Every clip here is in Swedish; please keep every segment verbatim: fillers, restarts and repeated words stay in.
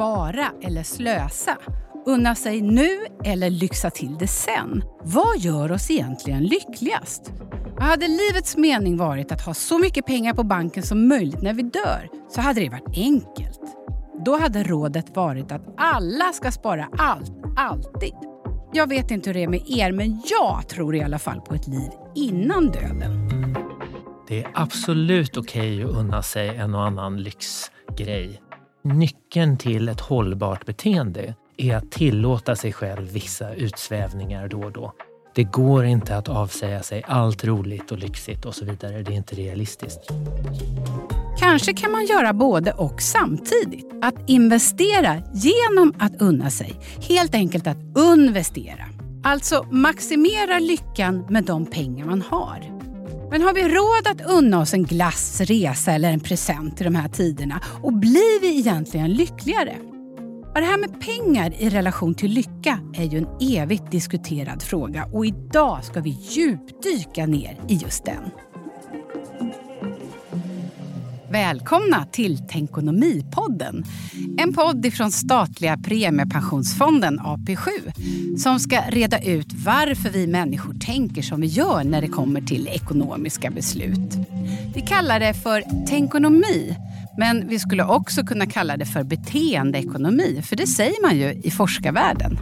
spara eller slösa? Unna sig nu eller lyxa till det sen? Vad gör oss egentligen lyckligast? Hade livets mening varit att ha så mycket pengar på banken som möjligt när vi dör, så hade det varit enkelt. Då hade rådet varit att alla ska spara allt, alltid. Jag vet inte hur det är med er, men jag tror i alla fall på ett liv innan döden. Det är absolut okej att unna sig en och annan lyxgrej. Nyckeln till ett hållbart beteende är att tillåta sig själv vissa utsvävningar då och då. Det går inte att avsäga sig allt roligt och lyxigt och så vidare. Det är inte realistiskt. Kanske kan man göra både och samtidigt. Att investera genom att unna sig. Helt enkelt att investera. Alltså maximera lyckan med de pengar man har. Men har vi råd att unna oss en glass, resa eller en present i de här tiderna? Och blir vi egentligen lyckligare? Och det här med pengar i relation till lycka är ju en evigt diskuterad fråga. Och idag ska vi djupdyka ner i just den. Välkomna till Tänkonomipodden. En podd ifrån statliga premiepensionsfonden A P sju som ska reda ut varför vi människor tänker som vi gör när det kommer till ekonomiska beslut. Vi kallar det för tänkonomi, men vi skulle också kunna kalla det för beteendeekonomi, för det säger man ju i forskarvärlden.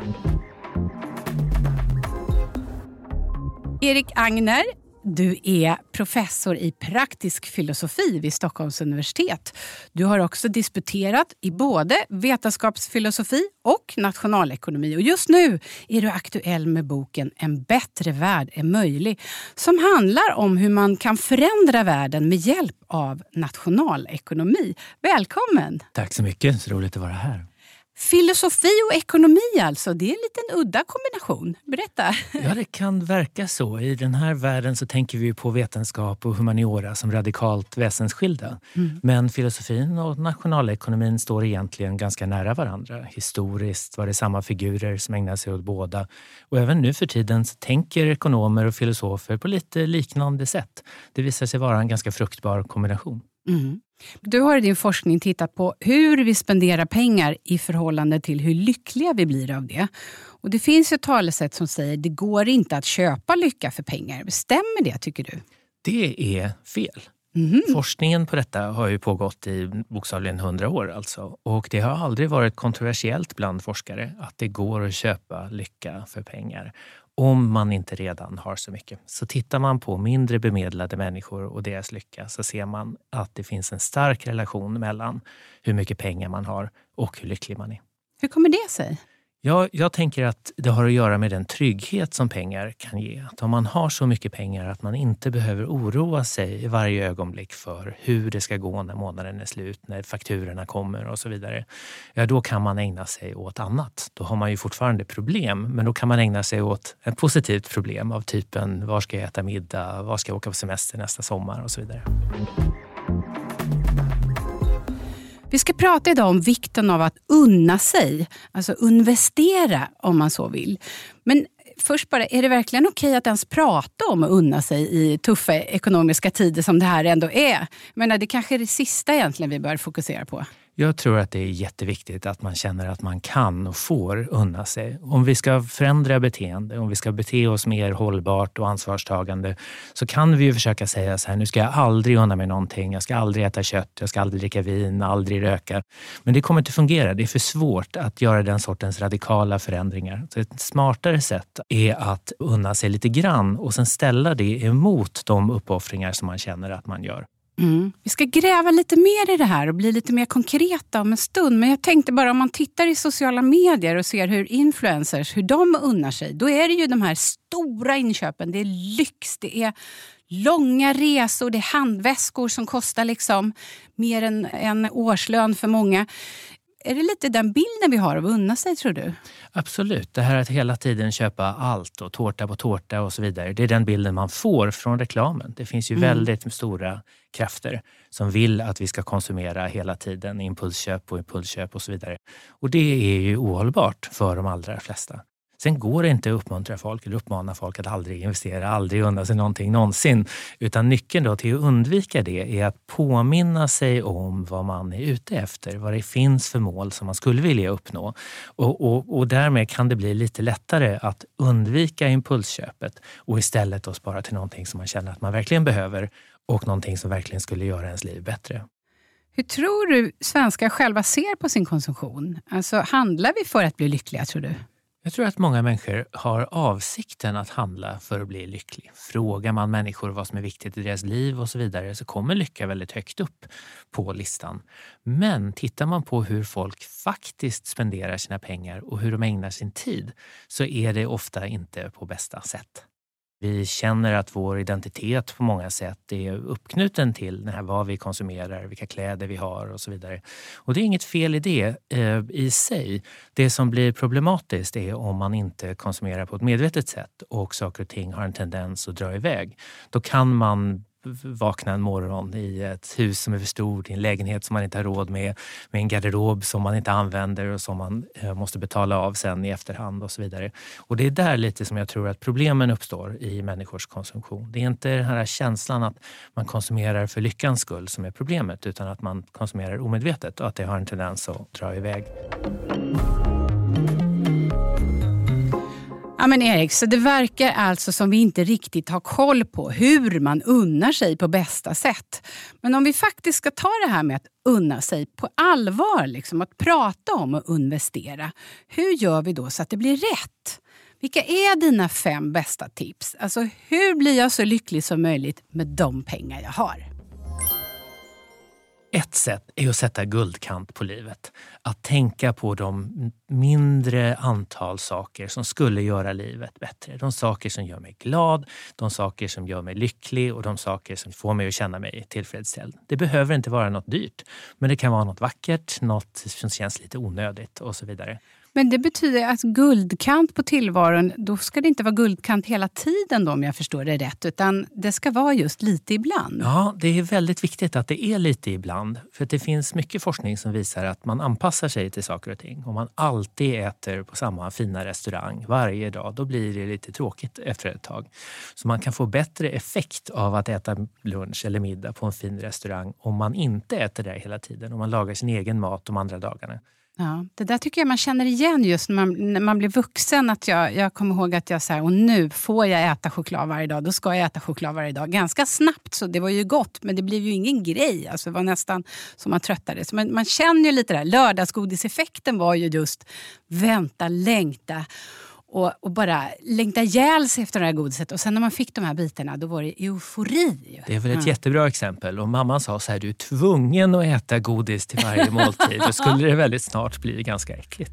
Erik Agner, du är professor i praktisk filosofi vid Stockholms universitet. Du har också disputerat i både vetenskapsfilosofi och nationalekonomi. Och just nu är du aktuell med boken En bättre värld är möjlig, som handlar om hur man kan förändra världen med hjälp av nationalekonomi. Välkommen! Tack så mycket, så roligt att vara här. Filosofi och ekonomi alltså, det är en liten udda kombination. Berätta. Ja, det kan verka så. I den här världen så tänker vi på vetenskap och humaniora som radikalt väsensskilda. Mm. Men filosofin och nationalekonomin står egentligen ganska nära varandra. Historiskt var det samma figurer som ägnar sig åt båda. Och även nu för tiden så tänker ekonomer och filosofer på lite liknande sätt. Det visar sig vara en ganska fruktbar kombination. Mm. Du har i din forskning tittat på hur vi spenderar pengar i förhållande till hur lyckliga vi blir av det. Och det finns ju ett talesätt som säger att det går inte att köpa lycka för pengar. Stämmer det, tycker du? Det är fel. Mm. Forskningen på detta har ju pågått i bokstavligen hundra år alltså. Och det har aldrig varit kontroversiellt bland forskare att det går att köpa lycka för pengar. Om man inte redan har så mycket. Så tittar man på mindre bemedlade människor och deras lycka så ser man att det finns en stark relation mellan hur mycket pengar man har och hur lycklig man är. Hur kommer det sig? Ja, jag tänker att det har att göra med den trygghet som pengar kan ge. Att om man har så mycket pengar att man inte behöver oroa sig i varje ögonblick för hur det ska gå när månaden är slut, när fakturorna kommer och så vidare. Ja, då kan man ägna sig åt annat. Då har man ju fortfarande problem, men då kan man ägna sig åt ett positivt problem av typen var ska jag äta middag, var ska jag åka på semester nästa sommar och så vidare. Vi ska prata idag om vikten av att unna sig, alltså investera om man så vill. Men först bara, är det verkligen okej att ens prata om att unna sig i tuffa ekonomiska tider som det här ändå är? Jag menar, det kanske är det sista egentligen vi bör fokusera på. Jag tror att det är jätteviktigt att man känner att man kan och får unna sig. Om vi ska förändra beteende, om vi ska bete oss mer hållbart och ansvarstagande, så kan vi ju försöka säga så här: nu ska jag aldrig unna mig någonting, jag ska aldrig äta kött, jag ska aldrig dricka vin, aldrig röka. Men det kommer inte fungera, det är för svårt att göra den sortens radikala förändringar. Så ett smartare sätt är att unna sig lite grann och sen ställa det emot de uppoffringar som man känner att man gör. Mm. Vi ska gräva lite mer i det här och bli lite mer konkreta om en stund. Men jag tänkte bara, om man tittar i sociala medier och ser hur influencers, hur de unnar sig, då är det ju de här stora inköpen. Det är lyx, det är långa resor, det är handväskor som kostar liksom mer än en årslön för många. Är det lite den bilden vi har av att unna sig, tror du? Absolut. Det här att hela tiden köpa allt och tårta på tårta och så vidare. Det är den bilden man får från reklamen. Det finns ju mm. väldigt stora krafter som vill att vi ska konsumera hela tiden. Impulsköp och impulsköp och så vidare. Och det är ju ohållbart för de allra flesta. Sen går det inte att uppmuntra folk eller uppmana folk att aldrig investera, aldrig unna sig någonting någonsin. Utan nyckeln då till att undvika det är att påminna sig om vad man är ute efter. Vad det finns för mål som man skulle vilja uppnå. Och, och, och därmed kan det bli lite lättare att undvika impulsköpet och istället då spara till någonting som man känner att man verkligen behöver och någonting som verkligen skulle göra ens liv bättre. Hur tror du svenskar själva ser på sin konsumtion? Alltså, handlar vi för att bli lyckliga, tror du? Jag tror att många människor har avsikten att handla för att bli lycklig. Frågar man människor vad som är viktigt i deras liv och så vidare så kommer lycka väldigt högt upp på listan. Men tittar man på hur folk faktiskt spenderar sina pengar och hur de ägnar sin tid så är det ofta inte på bästa sätt. Vi känner att vår identitet på många sätt är uppknuten till den här vad vi konsumerar, vilka kläder vi har och så vidare. Och det är inget fel i det eh, i sig. Det som blir problematiskt är om man inte konsumerar på ett medvetet sätt och saker och ting har en tendens att dra iväg. Då kan man vakna en morgon i ett hus som är för stort, i en lägenhet som man inte har råd med, med en garderob som man inte använder och som man eh, måste betala av sen i efterhand och så vidare. Och det är där lite som jag tror att problemen uppstår i människors konsumtion. Det är inte den här känslan att man konsumerar för lyckans skull som är problemet, utan att man konsumerar omedvetet och att det har en tendens att dra iväg. Ja, men Erik, så det verkar alltså som vi inte riktigt har koll på hur man unnar sig på bästa sätt. Men om vi faktiskt ska ta det här med att unna sig på allvar, liksom att prata om och investera, hur gör vi då så att det blir rätt? Vilka är dina fem bästa tips? Alltså, hur blir jag så lycklig som möjligt med de pengar jag har? Ett sätt är att sätta guldkant på livet. Att tänka på de mindre antal saker som skulle göra livet bättre. De saker som gör mig glad, de saker som gör mig lycklig och de saker som får mig att känna mig tillfredsställd. Det behöver inte vara något dyrt, men det kan vara något vackert, något som känns lite onödigt och så vidare. Men det betyder att guldkant på tillvaron, då ska det inte vara guldkant hela tiden då, om jag förstår det rätt, utan det ska vara just lite ibland. Ja, det är väldigt viktigt att det är lite ibland. För att det finns mycket forskning som visar att man anpassar sig till saker och ting. Om man alltid äter på samma fina restaurang varje dag, då blir det lite tråkigt efter ett tag. Så man kan få bättre effekt av att äta lunch eller middag på en fin restaurang om man inte äter där hela tiden. Om man lagar sin egen mat de andra dagarna. Ja, det där tycker jag man känner igen just när man, när man blir vuxen. Att jag, jag kommer ihåg att jag säger, och nu får jag äta choklad varje dag. Då ska jag äta choklad varje dag. Ganska snabbt, så det var ju gott. Men det blev ju ingen grej. Alltså, det var nästan som man tröttade. Så man, man känner ju lite där. Lördagsgodiseffekten var ju just vänta, längta. Och, och bara längta ihjäl sig efter det här godiset. Och sen när man fick de här bitarna, då var det eufori. Det är väl ett mm. jättebra exempel. Och mamman sa så här, du är tvungen att äta godis till varje måltid. Då skulle det väldigt snart bli ganska äckligt.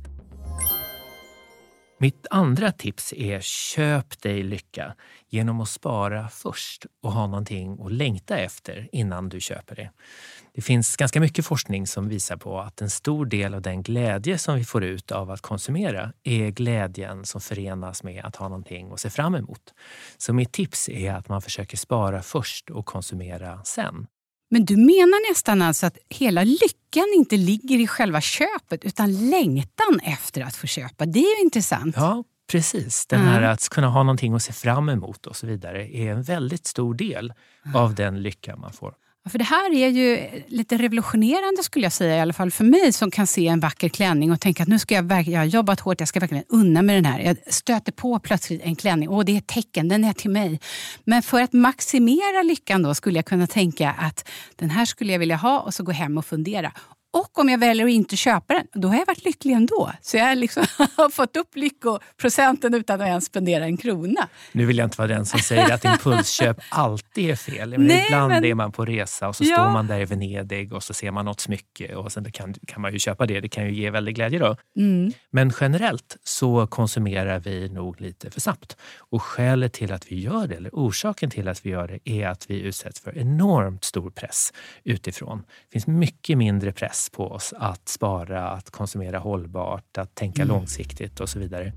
Mitt andra tips är köp dig lycka genom att spara först och ha någonting att längta efter innan du köper det. Det finns ganska mycket forskning som visar på att en stor del av den glädje som vi får ut av att konsumera är glädjen som förenas med att ha någonting att se fram emot. Så mitt tips är att man försöker spara först och konsumera sen. Men du menar nästan alltså att hela lyckan inte ligger i själva köpet utan längtan efter att få köpa. Det är ju intressant. Ja, precis. Den här mm. att kunna ha någonting att se fram emot och så vidare är en väldigt stor del mm. av den lycka man får. För det här är ju lite revolutionerande, skulle jag säga, i alla fall för mig som kan se en vacker klänning och tänka att nu ska jag verkligen, jag har jobbat hårt, jag ska verkligen unna med den här. Jag stöter på plötsligt en klänning, åh det är ett tecken, den är till mig. Men för att maximera lyckan då skulle jag kunna tänka att den här skulle jag vilja ha och så gå hem och fundera. Och om jag väljer att inte köpa den, då har jag varit lycklig ändå. Så jag liksom har fått upp lyckoprocenten utan att ens spendera en krona. Nu vill jag inte vara den som säger att impulsköp alltid är fel. Men Nej, ibland men... är man på resa och så ja. står man där i Venedig och så ser man något smycke och sen kan, kan man ju köpa det. Det kan ju ge väldigt glädje då. Mm. Men generellt så konsumerar vi nog lite för snabbt. Och skälet till att vi gör det, eller orsaken till att vi gör det, är att vi utsätts för enormt stor press utifrån. Det finns mycket mindre press på oss att spara, att konsumera hållbart, att tänka mm. långsiktigt och så vidare.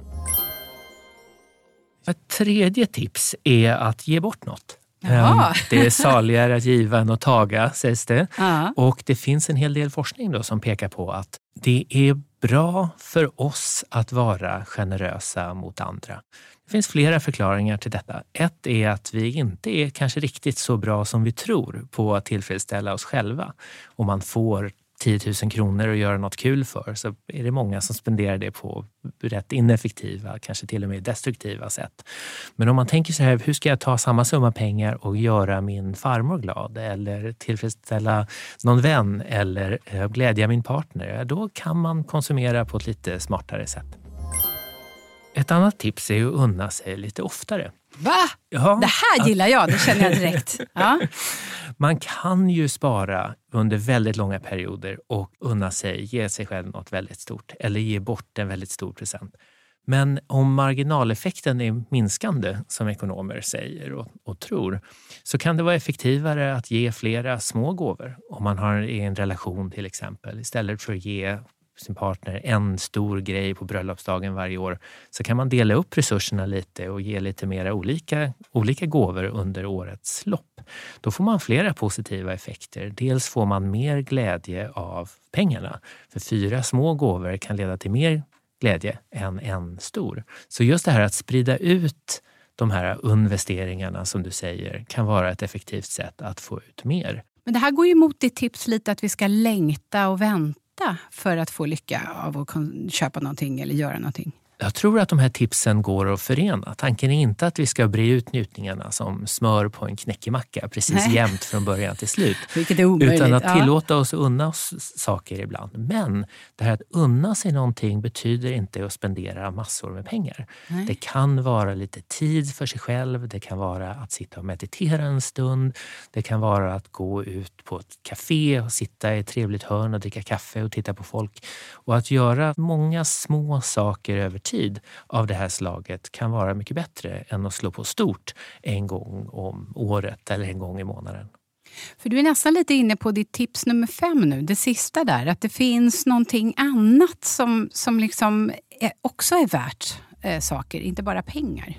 Ett tredje tips är att ge bort något. Jaha. Det är saligare att giva än att taga, sägs det. Ja. Och det finns en hel del forskning då som pekar på att det är bra för oss att vara generösa mot andra? Det finns flera förklaringar till detta. Ett är att vi inte är kanske riktigt så bra som vi tror på att tillfredsställa oss själva. Om man får tio tusen kronor att göra något kul för, så är det många som spenderar det på rätt ineffektiva, kanske till och med destruktiva sätt. Men om man tänker så här, hur ska jag ta samma summa pengar och göra min farmor glad eller tillfredsställa någon vän eller glädja min partner, då kan man konsumera på ett lite smartare sätt. Ett annat tips är att unna sig lite oftare. Va? Ja. Det här gillar jag, det känner jag direkt. Ja. Man kan ju spara under väldigt långa perioder och unna sig, ge sig själv något väldigt stort eller ge bort en väldigt stor present. Men om marginaleffekten är minskande, som ekonomer säger och, och tror, så kan det vara effektivare att ge flera små gåvor. Om man har en relation till exempel, istället för att ge sin partner en stor grej på bröllopsdagen varje år, så kan man dela upp resurserna lite och ge lite mera olika, olika gåvor under årets lopp. Då får man flera positiva effekter. Dels får man mer glädje av pengarna. För fyra små gåvor kan leda till mer glädje än en stor. Så just det här att sprida ut de här investeringarna som du säger kan vara ett effektivt sätt att få ut mer. Men det här går ju emot ditt tips lite att vi ska längta och vänta för att få lycka av att köpa någonting eller göra någonting. Jag tror att de här tipsen går att förena. Tanken är inte att vi ska bre ut njutningarna som smör på en knäckemacka precis Nej. jämnt från början till slut. Vilket är omöjligt. Utan att tillåta ja. oss att unna oss saker ibland. Men det här att unna sig någonting betyder inte att spendera massor med pengar. Nej. Det kan vara lite tid för sig själv. Det kan vara att sitta och meditera en stund. Det kan vara att gå ut på ett café och sitta i ett trevligt hörn och dricka kaffe och titta på folk. Och att göra många små saker över tid av det här slaget kan vara mycket bättre än att slå på stort en gång om året eller en gång i månaden. För du är nästan lite inne på ditt tips nummer fem nu, det sista där, att det finns någonting annat som, som liksom är, också är värt eh, saker, inte bara pengar.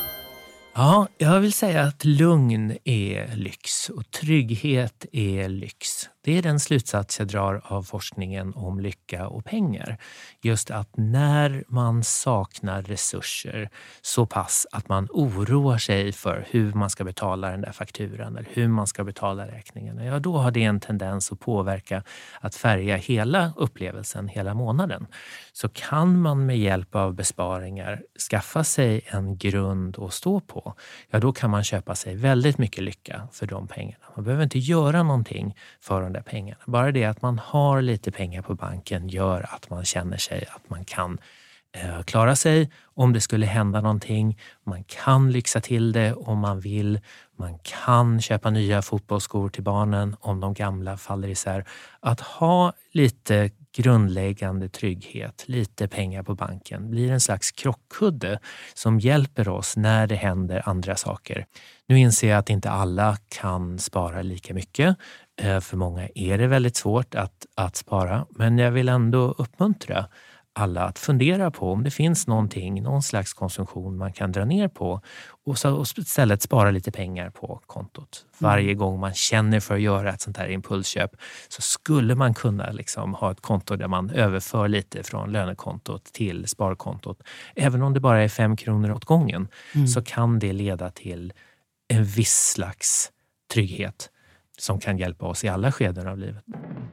Ja, jag vill säga att lugn är lyx och trygghet är lyx. Det är den slutsats jag drar av forskningen om lycka och pengar. Just att när man saknar resurser så pass att man oroar sig för hur man ska betala den där fakturan eller hur man ska betala räkningen, ja, då har det en tendens att påverka att färga hela upplevelsen hela månaden. Så kan man med hjälp av besparingar skaffa sig en grund att stå på, ja, då kan man köpa sig väldigt mycket lycka för de pengarna. Man behöver inte göra någonting för de där pengarna. Bara det att man har lite pengar på banken gör att man känner sig att man kan eh, klara sig om det skulle hända någonting. Man kan lyxa till det om man vill. Man kan köpa nya fotbollsskor till barnen om de gamla faller isär. Att ha lite grundläggande trygghet, lite pengar på banken, blir en slags krockkudde som hjälper oss när det händer andra saker. Nu inser jag att inte alla kan spara lika mycket. För många är det väldigt svårt att, att spara, men jag vill ändå uppmuntra alla att fundera på om det finns någonting, någon slags konsumtion man kan dra ner på och, så, och istället spara lite pengar på kontot. Varje mm. gång man känner för att göra ett sånt här impulsköp så skulle man kunna liksom ha ett konto där man överför lite från lönekontot till sparkontot. Även om det bara är fem kronor åt gången mm. så kan det leda till en viss slags trygghet som kan hjälpa oss i alla skeden av livet.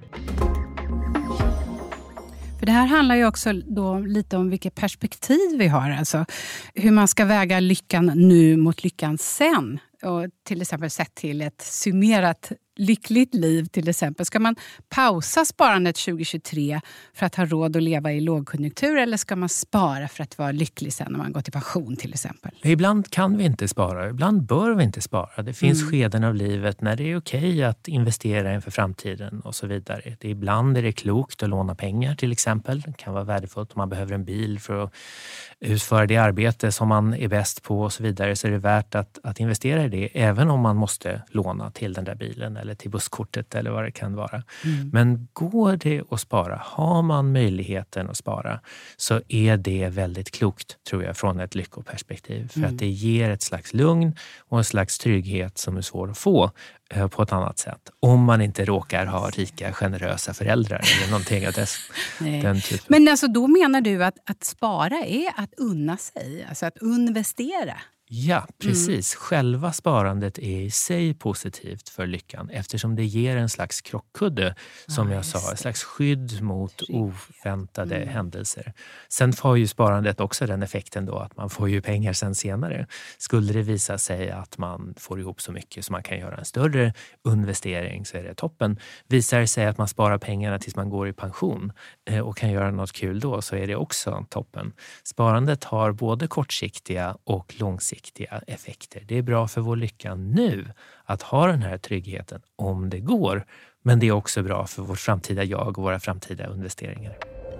För det här handlar ju också då lite om vilket perspektiv vi har. Alltså hur man ska väga lyckan nu mot lyckan sen. Och till exempel sett till ett summerat lyckligt liv till exempel. Ska man pausa sparandet tjugo tjugotre för att ha råd att leva i lågkonjunktur eller ska man spara för att vara lycklig sen när man går till pension till exempel? Ibland kan vi inte spara, ibland bör vi inte spara. Det finns mm. skeden av livet när det är okej att investera inför framtiden och så vidare. Det ibland är det klokt att låna pengar till exempel. Det kan vara värdefullt om man behöver en bil för att utföra det arbete som man är bäst på och så vidare, så är det värt att, att investera i det även om man måste låna till den där bilen eller till busskortet eller vad det kan vara. Mm. Men går det att spara, har man möjligheten att spara, så är det väldigt klokt tror jag från ett lyckoperspektiv. För mm. att det ger ett slags lugn och en slags trygghet som är svår att få eh, på ett annat sätt. Om man inte råkar ha rika, generösa föräldrar eller någonting av dess, den typen. Men alltså då menar du att, att spara är att unna sig, alltså att investera? Ja, precis. Mm. Själva sparandet är i sig positivt för lyckan eftersom det ger en slags krockkudde, som ja, jag sa, ett slags skydd mot oväntade mm. händelser. Sen får ju sparandet också den effekten då att man får ju pengar sen senare. Skulle det visa sig att man får ihop så mycket så man kan göra en större investering så är det toppen. Visar det sig att man sparar pengarna tills man går i pension och kan göra något kul då så är det också toppen. Sparandet har både kortsiktiga och långsiktiga effekter. Det är bra för vår lycka nu att ha den här tryggheten om det går. Men det är också bra för vårt framtida jag och våra framtida investeringar.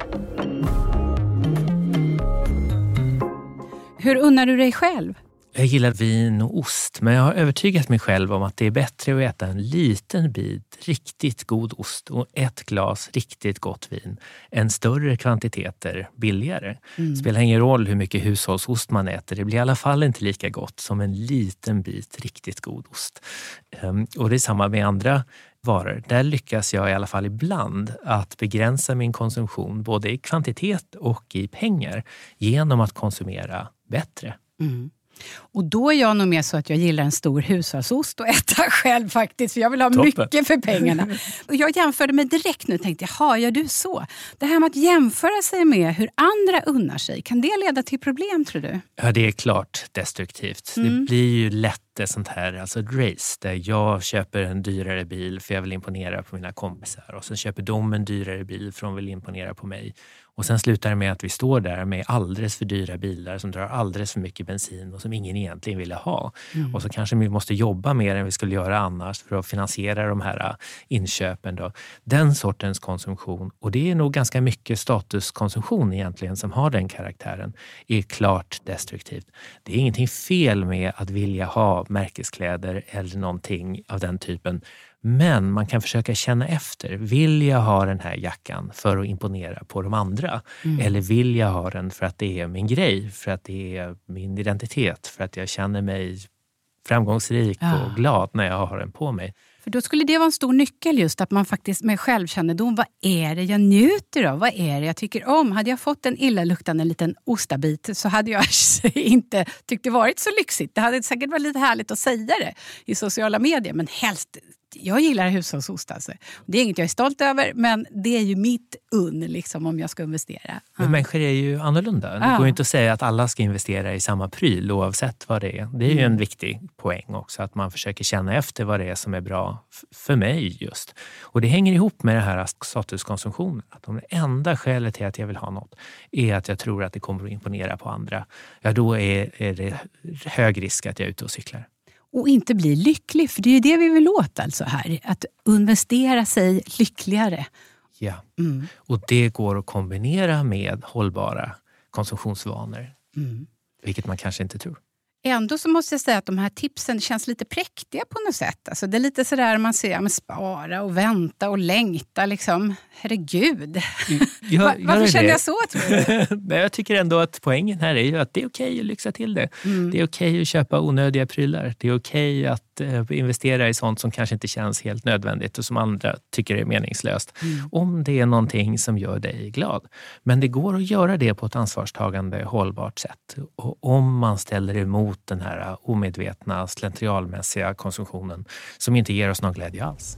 Hur unnar du dig själv? Jag gillar vin och ost, men jag har övertygat mig själv om att det är bättre att äta en liten bit riktigt god ost och ett glas riktigt gott vin än större kvantiteter billigare. Mm. Det spelar ingen roll hur mycket hushållsost man äter, det blir i alla fall inte lika gott som en liten bit riktigt god ost. Um, och det är samma med andra varor. Där lyckas jag i alla fall ibland att begränsa min konsumtion både i kvantitet och i pengar genom att konsumera bättre. Mm. Och då är jag nog mer så att jag gillar en stor hushållsost och äta själv faktiskt. För jag vill ha Toppen. mycket för pengarna. Och jag jämförde mig direkt nu och tänkte, jaha, gör du så? Det här med att jämföra sig med hur andra unnar sig, kan det leda till problem tror du? Ja, det är klart destruktivt. Mm. Det blir ju lätt ett sånt här, alltså ett race där jag köper en dyrare bil för jag vill imponera på mina kompisar. Och sen köper de en dyrare bil för de vill imponera på mig. Och sen slutar det med att vi står där med alldeles för dyra bilar som drar alldeles för mycket bensin och som ingen egentligen ville ha. Mm. Och så kanske vi måste jobba mer än vi skulle göra annars för att finansiera de här inköpen då. Den sortens konsumtion, och det är nog ganska mycket statuskonsumtion egentligen som har den karaktären, är klart destruktivt. Det är ingenting fel med att vilja ha märkeskläder eller någonting av den typen. Men man kan försöka känna efter. Vill jag ha den här jackan för att imponera på de andra? Mm. Eller vill jag ha den för att det är min grej? För att det är min identitet? För att jag känner mig framgångsrik ja. och glad när jag har den på mig? För då skulle det vara en stor nyckel just att man faktiskt med självkännedom, vad är det jag njuter av? Vad är det jag tycker om? Hade jag fått en illaluktande liten ostabit så hade jag inte tyckt det varit så lyxigt. Det hade säkert varit lite härligt att säga det i sociala medier, men helst, jag gillar hushållsost alltså. Det är inget jag är stolt över, men det är ju mitt unn liksom om jag ska investera. Men människor är ju annorlunda. Det ja. går ju inte att säga att alla ska investera i samma pryl oavsett vad det är. Det är ju en viktig poäng också, att man försöker känna efter vad det är som är bra för mig just. Och det hänger ihop med det här statuskonsumtionen. Att om det enda skälet till att jag vill ha något är att jag tror att det kommer att imponera på andra, ja då är, är det hög risk att jag är ute och cyklar. Och inte bli lycklig, för det är ju det vi vill åt alltså här. Att investera sig lyckligare. Ja, mm. och det går att kombinera med hållbara konsumtionsvanor. Mm. Vilket man kanske inte tror. Ändå så måste jag säga att de här tipsen känns lite präktiga på något sätt. Alltså det är lite sådär man ser, ja, spara och vänta och längta liksom. Herregud. Jag, Va, varför känner jag så, tror du? Nej, jag tycker ändå att poängen här är ju att det är okej att lyxa till det. Mm. Det är okej att köpa onödiga prylar. Det är okej att eh, investera i sånt som kanske inte känns helt nödvändigt och som andra tycker är meningslöst. Mm. Om det är någonting som gör dig glad. Men det går att göra det på ett ansvarstagande, hållbart sätt. Och om man ställer emot den här omedvetna, slentrialmässiga konsumtionen som inte ger oss någon glädje alls.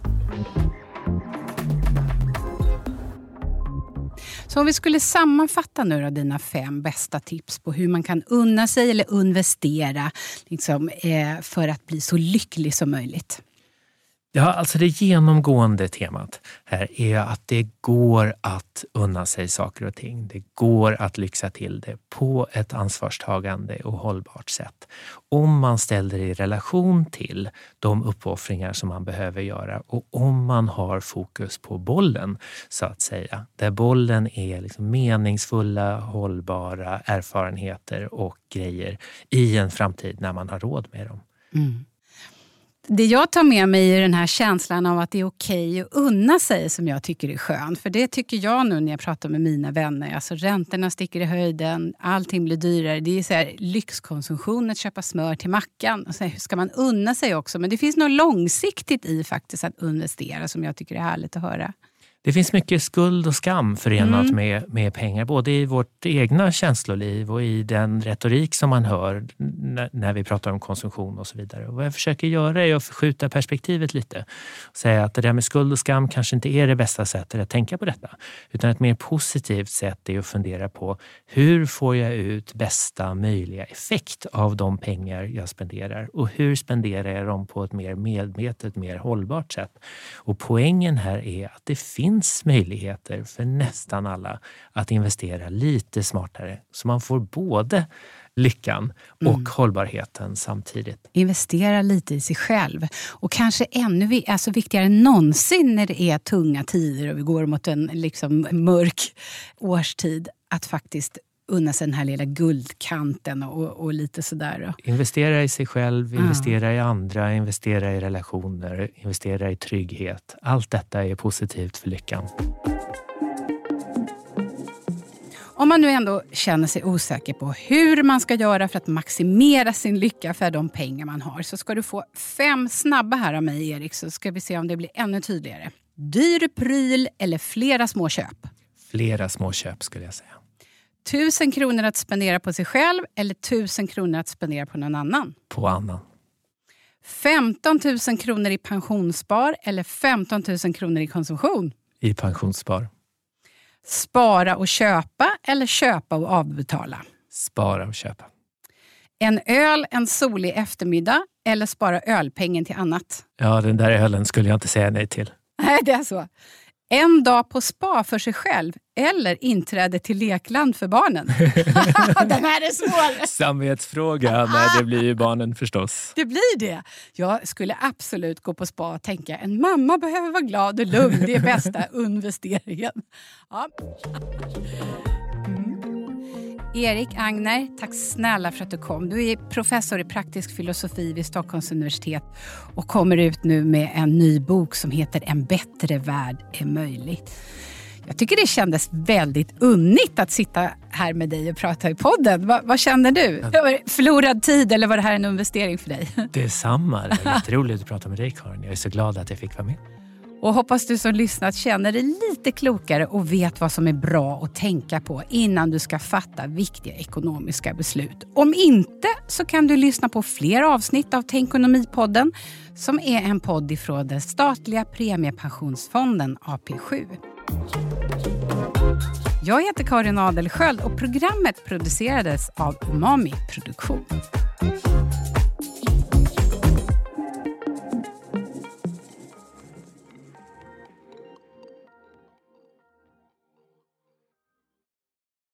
Så om vi skulle sammanfatta nu då dina fem bästa tips på hur man kan unna sig eller investera liksom, eh, för att bli så lycklig som möjligt. Ja, alltså det genomgående temat här är att det går att unna sig saker och ting. Det går att lyxa till det på ett ansvarstagande och hållbart sätt. Om man ställer det i relation till de uppoffringar som man behöver göra och om man har fokus på bollen så att säga. Där bollen är liksom meningsfulla, hållbara erfarenheter och grejer i en framtid när man har råd med dem. Mm. Det jag tar med mig är den här känslan av att det är okej att unna sig som jag tycker är skönt. För det tycker jag nu när jag pratar med mina vänner. Alltså räntorna sticker i höjden, allting blir dyrare. Det är så här lyxkonsumtion att köpa smör till mackan. Och så här, ska man unna sig också? Men det finns något långsiktigt i faktiskt att investera som jag tycker är härligt att höra. Det finns mycket skuld och skam förenat Mm. med, med pengar, både i vårt egna känsloliv och i den retorik som man hör n- när vi pratar om konsumtion och så vidare. Och vad jag försöker göra är att förskjuta perspektivet lite och säga att det där med skuld och skam kanske inte är det bästa sättet att tänka på detta, utan ett mer positivt sätt är att fundera på hur får jag ut bästa möjliga effekt av de pengar jag spenderar och hur spenderar jag dem på ett mer medvetet, mer hållbart sätt. Och poängen här är att det finns möjligheter för nästan alla att investera lite smartare så man får både lyckan och mm. hållbarheten samtidigt. Investera lite i sig själv och kanske ännu alltså viktigare än någonsin när det är tunga tider och vi går mot en liksom mörk årstid att faktiskt unna sig den här lilla guldkanten och, och lite sådär. Investera i sig själv, investera mm. i andra, investera i relationer, investera i trygghet. Allt detta är positivt för lyckan. Om man nu ändå känner sig osäker på hur man ska göra för att maximera sin lycka för de pengar man har, så ska du få fem snabba här av mig, Erik, så ska vi se om det blir ännu tydligare. Dyr pryl eller flera små köp? Flera små köp skulle jag säga. Tusen kronor att spendera på sig själv eller tusen kronor att spendera på någon annan? På annan. femton tusen kronor i pensionsspar eller femton tusen kronor i konsumtion? I pensionsspar. Spara och köpa eller köpa och avbetala? Spara och köpa. En öl en solig eftermiddag eller spara ölpengen till annat? Ja, den där ölen skulle jag inte säga nej till. Nej, det är så. En dag på spa för sig själv eller inträde till lekland för barnen? Den här är svår. Samvetsfråga. Nej, det blir ju barnen förstås. Det blir det. Jag skulle absolut gå på spa och tänka en mamma behöver vara glad och lugn. Det är bästa investeringen. Ja. Mm. Erik Agner, tack snälla för att du kom. Du är professor i praktisk filosofi vid Stockholms universitet och kommer ut nu med en ny bok som heter En bättre värld är möjlig. Jag tycker det kändes väldigt unnigt att sitta här med dig och prata i podden. Va, vad känner du? Var det förlorad tid eller var det här en investering för dig? Det är samma. Det är jätteroligt att prata med dig, Karin. Jag är så glad att jag fick vara med. Och hoppas du som lyssnat känner dig lite klokare och vet vad som är bra att tänka på innan du ska fatta viktiga ekonomiska beslut. Om inte så kan du lyssna på fler avsnitt av Tänkonomipodden som är en podd ifrån den statliga premiepensionsfonden A P sju. Jag heter Karin Adelsköld och programmet producerades av Umami Produktion.